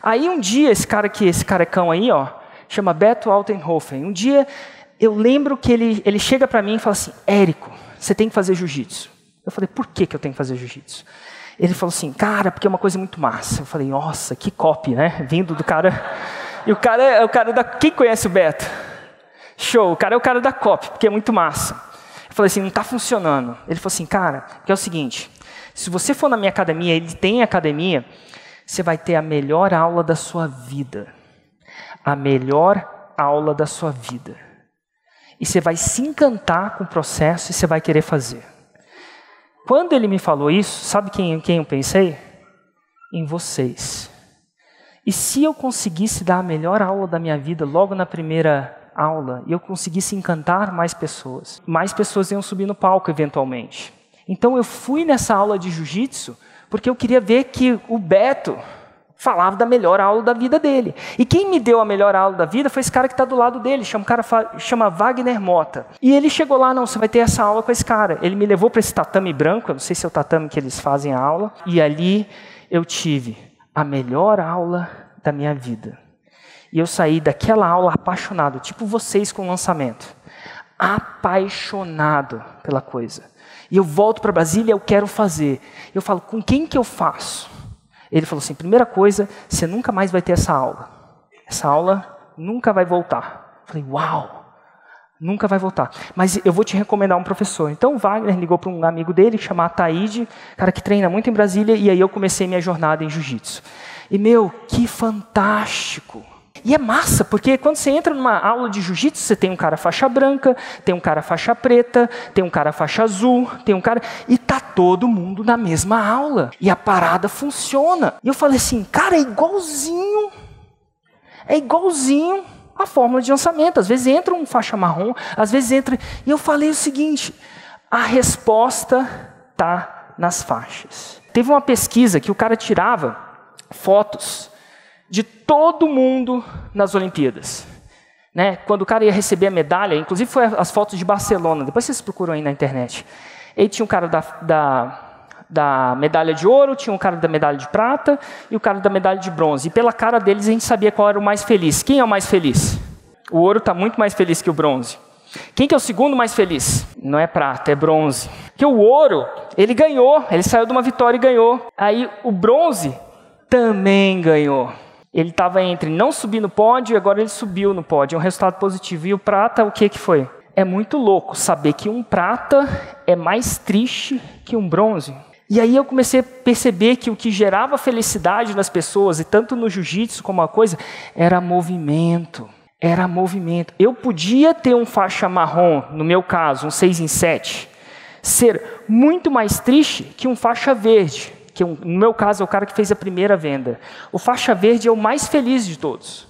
Aí um dia, esse carecão aí, ó, chama Beto Altenhofen. Um dia eu lembro que ele chega para mim e fala assim: Érico, você tem que fazer jiu-jitsu. Eu falei: por que eu tenho que fazer jiu-jitsu? Ele falou assim: cara, porque é uma coisa muito massa. Eu falei: nossa, que copy, né? Vindo do cara. E o cara é o cara da... Quem conhece o Beto? Show, o cara é o cara da copy, porque é muito massa. Eu falei assim: não está funcionando. Ele falou assim: cara, que é o seguinte, se você for na minha academia, ele tem academia, você vai ter a melhor aula da sua vida. A melhor aula da sua vida. E você vai se encantar com o processo e você vai querer fazer. Quando ele me falou isso, sabe quem eu pensei? Em vocês. E se eu conseguisse dar a melhor aula da minha vida logo na primeira aula, e eu conseguisse encantar mais pessoas iam subir no palco eventualmente. Então eu fui nessa aula de jiu-jitsu porque eu queria ver que o Beto falava da melhor aula da vida dele. E quem me deu a melhor aula da vida foi esse cara que está do lado dele, chama Wagner Mota. E ele chegou lá: não, você vai ter essa aula com esse cara. Ele me levou para esse tatame branco, eu não sei se é o tatame que eles fazem a aula, e ali eu tive a melhor aula da minha vida. E eu saí daquela aula apaixonado, tipo vocês com o lançamento. Apaixonado pela coisa. E eu volto para Brasília, eu quero fazer. Eu falo: com quem que eu faço? Ele falou assim: primeira coisa, você nunca mais vai ter essa aula. Essa aula nunca vai voltar. Eu falei: uau, nunca vai voltar. Mas eu vou te recomendar um professor. Então o Wagner ligou para um amigo dele, chamado Ataíde, cara que treina muito em Brasília, e aí eu comecei minha jornada em jiu-jitsu. E que fantástico. E é massa, porque quando você entra numa aula de jiu-jitsu, você tem um cara faixa branca, tem um cara faixa preta, tem um cara faixa azul, tem um cara... E tá todo mundo na mesma aula. E a parada funciona. E eu falei assim: cara, é igualzinho a fórmula de lançamento. Às vezes entra um faixa marrom, às vezes entra... E eu falei o seguinte: a resposta tá nas faixas. Teve uma pesquisa que o cara tirava fotos de todo mundo nas Olimpíadas. Né? Quando o cara ia receber a medalha, inclusive foi as fotos de Barcelona, depois vocês procuram aí na internet. Aí tinha um cara da medalha de ouro, tinha um cara da medalha de prata e o cara da medalha de bronze. E pela cara deles a gente sabia qual era o mais feliz. Quem é o mais feliz? O ouro está muito mais feliz que o bronze. Quem que é o segundo mais feliz? Não é prata, é bronze. Porque o ouro, ele ganhou, ele saiu de uma vitória e ganhou. Aí o bronze também ganhou. Ele estava entre não subir no pódio e agora ele subiu no pódio. É um resultado positivo. E o prata, o que foi? É muito louco saber que um prata é mais triste que um bronze. E aí eu comecei a perceber que o que gerava felicidade nas pessoas, e tanto no jiu-jitsu como a coisa, era movimento. Era movimento. Eu podia ter um faixa marrom, no meu caso, um 6 em 7, ser muito mais triste que um faixa verde. Que no meu caso é o cara que fez a primeira venda. O faixa verde é o mais feliz de todos.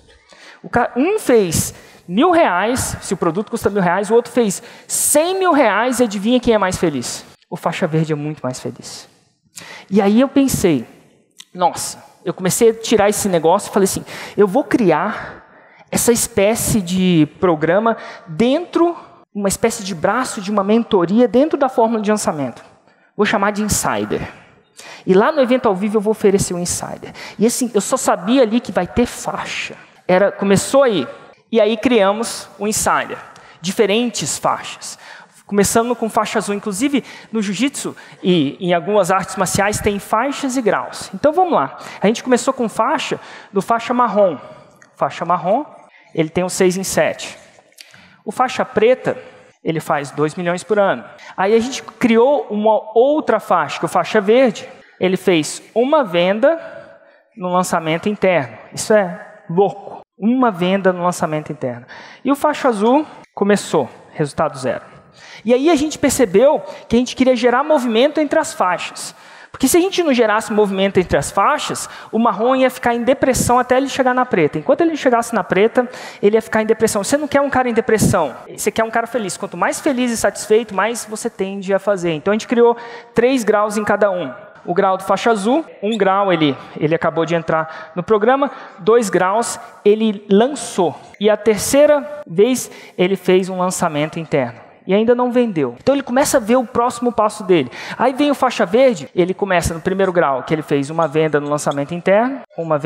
Um fez R$1.000, se o produto custa R$1.000, o outro fez R$100.000 e adivinha quem é mais feliz? O faixa verde é muito mais feliz. E aí eu pensei, nossa, eu comecei a tirar esse negócio e falei assim: eu vou criar essa espécie de programa dentro, uma espécie de braço de uma mentoria dentro da fórmula de lançamento. Vou chamar de Insider. E lá no evento ao vivo eu vou oferecer um Insider. E assim, eu só sabia ali que vai ter faixa. Começou aí. E aí criamos o Insider. Diferentes faixas. Começando com faixa azul. Inclusive, no jiu-jitsu e em algumas artes marciais tem faixas e graus. Então vamos lá. A gente começou com faixa marrom. Faixa marrom, ele tem um 6 em 7. O faixa preta, ele faz 2 milhões por ano. Aí a gente criou uma outra faixa, que é o faixa verde. Ele fez uma venda no lançamento interno. Isso é louco. Uma venda no lançamento interno. E o faixa azul começou, resultado 0. E aí a gente percebeu que a gente queria gerar movimento entre as faixas. Porque se a gente não gerasse movimento entre as faixas, o marrom ia ficar em depressão até ele chegar na preta. Enquanto ele chegasse na preta, ele ia ficar em depressão. Você não quer um cara em depressão, você quer um cara feliz. Quanto mais feliz e satisfeito, mais você tende a fazer. Então a gente criou 3 graus em cada um. O grau do faixa azul, 1 grau ele acabou de entrar no programa, 2 graus ele lançou. E a terceira vez ele fez um lançamento interno. e ainda não vendeu. Então ele começa a ver o próximo passo dele. Aí vem o faixa verde, ele começa no primeiro grau, que ele fez uma venda no lançamento interno,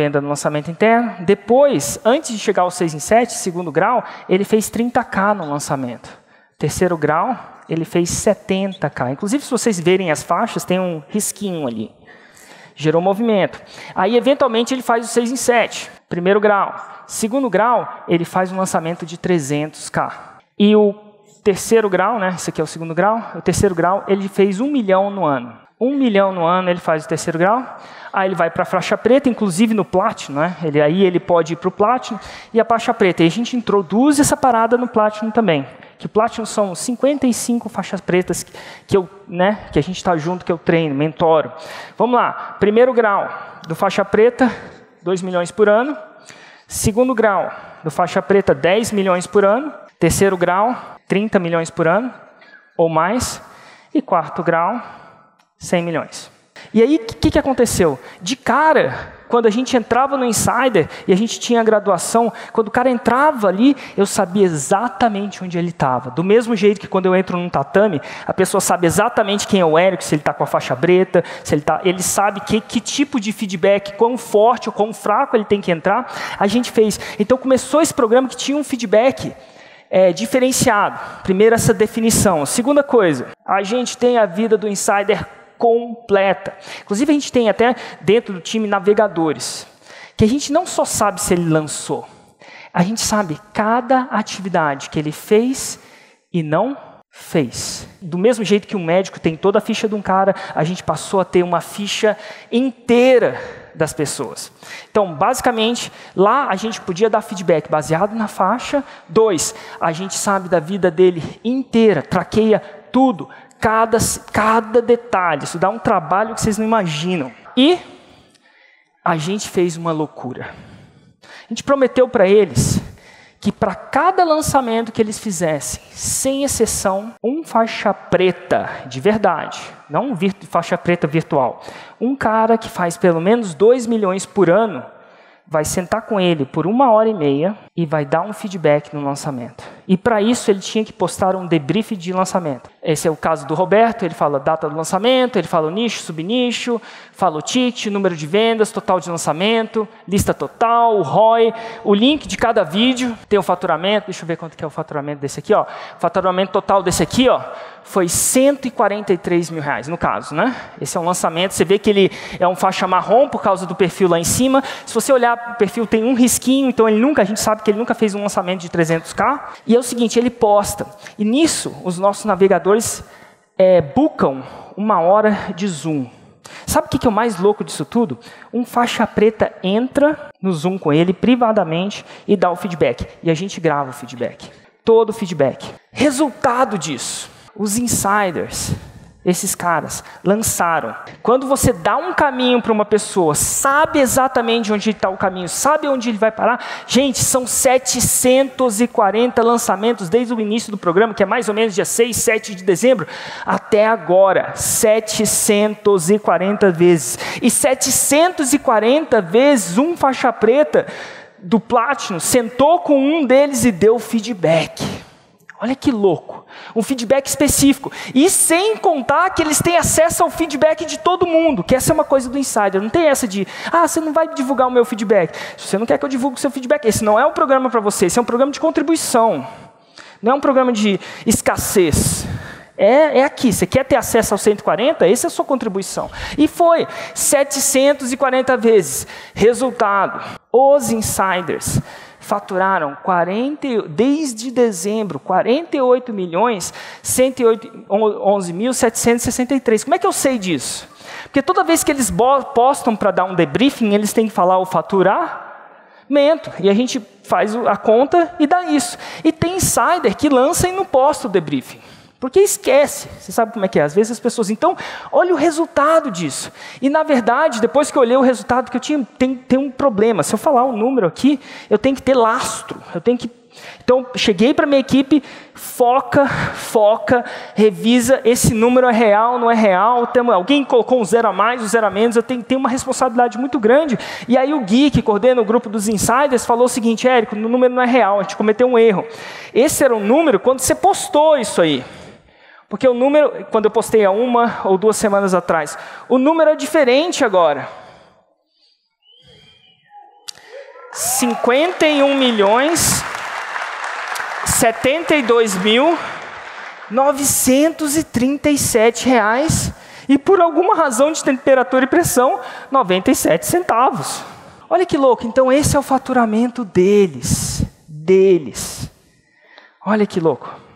Depois, antes de chegar ao 6 em 7, segundo grau, ele fez 30K no lançamento. Terceiro grau, ele fez 70K. Inclusive, se vocês verem as faixas, tem um risquinho ali. Gerou movimento. Aí, eventualmente, ele faz o 6 em 7. Primeiro grau. Segundo grau, ele faz um lançamento de 300K. E o terceiro grau, né? Esse aqui é o segundo grau. O terceiro grau, ele fez 1 milhão no ano. 1 milhão no ano ele faz o terceiro grau. Aí ele vai para a faixa preta, inclusive no Platinum, né? Aí ele pode ir para o Platinum e a faixa preta. E a gente introduz essa parada no Platinum também. Que o Platinum são 55 faixas pretas que a gente está junto, que eu treino, mentoro. Vamos lá. Primeiro grau do faixa preta, 2 milhões por ano. Segundo grau do faixa preta, 10 milhões por ano. Terceiro grau, 30 milhões por ano ou mais. E quarto grau, 100 milhões. E aí, o que aconteceu? De cara, quando a gente entrava no Insider e a gente tinha a graduação, quando o cara entrava ali, eu sabia exatamente onde ele estava. Do mesmo jeito que quando eu entro num tatame, a pessoa sabe exatamente quem é o Érico, se ele está com a faixa preta, ele sabe que tipo de feedback, quão forte ou quão fraco ele tem que entrar. A gente fez. Então, começou esse programa que tinha um feedback diferenciado. Primeiro, essa definição. Segunda coisa, a gente tem a vida do Insider completa. Inclusive, a gente tem até dentro do time navegadores, que a gente não só sabe se ele lançou, a gente sabe cada atividade que ele fez e não fez. Do mesmo jeito que um médico tem toda a ficha de um cara, a gente passou a ter uma ficha inteira das pessoas. Então, basicamente, lá a gente podia dar feedback baseado na faixa. 2, a gente sabe da vida dele inteira, traqueia tudo, cada detalhe. Isso dá um trabalho que vocês não imaginam. E a gente fez uma loucura. A gente prometeu para eles que para cada lançamento que eles fizessem, sem exceção, um faixa preta de verdade, não um faixa preta virtual, um cara que faz pelo menos 2 milhões por ano, vai sentar com ele por 1h30 e vai dar um feedback no lançamento. E para isso ele tinha que postar um debrief de lançamento. Esse é o caso do Roberto, ele fala a data do lançamento, ele fala o nicho, subnicho, fala o ticket, número de vendas, total de lançamento, lista total, o ROI, o link de cada vídeo, tem o faturamento, deixa eu ver quanto que é o faturamento desse aqui, ó. O faturamento total desse aqui, ó, foi 143 mil reais, no caso, né? Esse é um lançamento, você vê que ele é um faixa marrom por causa do perfil lá em cima. Se você olhar o perfil, tem um risquinho, então a gente sabe que ele nunca fez um lançamento de 300K. E é o seguinte, ele posta. E nisso, os nossos navegadores bookam 1 hora de Zoom. Sabe o que é o mais louco disso tudo? Um faixa preta entra no Zoom com ele privadamente e dá o feedback. E a gente grava o feedback. Todo o feedback. Resultado disso. Os insiders, esses caras, lançaram. Quando você dá um caminho para uma pessoa, sabe exatamente onde está o caminho, sabe onde ele vai parar. Gente, são 740 lançamentos desde o início do programa, que é mais ou menos dia 6, 7 de dezembro, até agora. 740 vezes. E 740 vezes um faixa preta do Platinum sentou com um deles e deu feedback. Olha que louco, um feedback específico. E sem contar que eles têm acesso ao feedback de todo mundo, que essa é uma coisa do Insider. Não tem essa de, você não vai divulgar o meu feedback. Se você não quer que eu divulgue o seu feedback, esse não é um programa para você, esse é um programa de contribuição. Não é um programa de escassez. É aqui, você quer ter acesso aos 140? Essa é a sua contribuição. E foi 740 vezes. Resultado, os Insiders faturaram desde dezembro, 48.111.763. Como é que eu sei disso? Porque toda vez que eles postam para dar um debriefing, eles têm que falar o faturamento. E a gente faz a conta e dá isso. E tem insider que lança e não posta o debriefing. Porque esquece, você sabe como é que é, às vezes as pessoas... Então, olha o resultado disso. E, na verdade, depois que eu olhei o resultado que eu tinha, tem um problema. Se eu falar um número aqui, eu tenho que ter lastro. Eu tenho que Então, cheguei para minha equipe, foca, revisa, esse número é real, não é real, alguém colocou um 0 a mais, um 0 a menos, eu tenho uma responsabilidade muito grande. E aí o Gui, que coordena o grupo dos insiders, falou o seguinte: Érico, o número não é real, a gente cometeu um erro. Esse era o número quando você postou isso aí. Porque o número, quando eu postei há 1 ou 2 semanas atrás, o número é diferente agora. 51.072.937 reais e por alguma razão de temperatura e pressão, 97 centavos. Olha que louco, então esse é o faturamento deles. Olha que louco.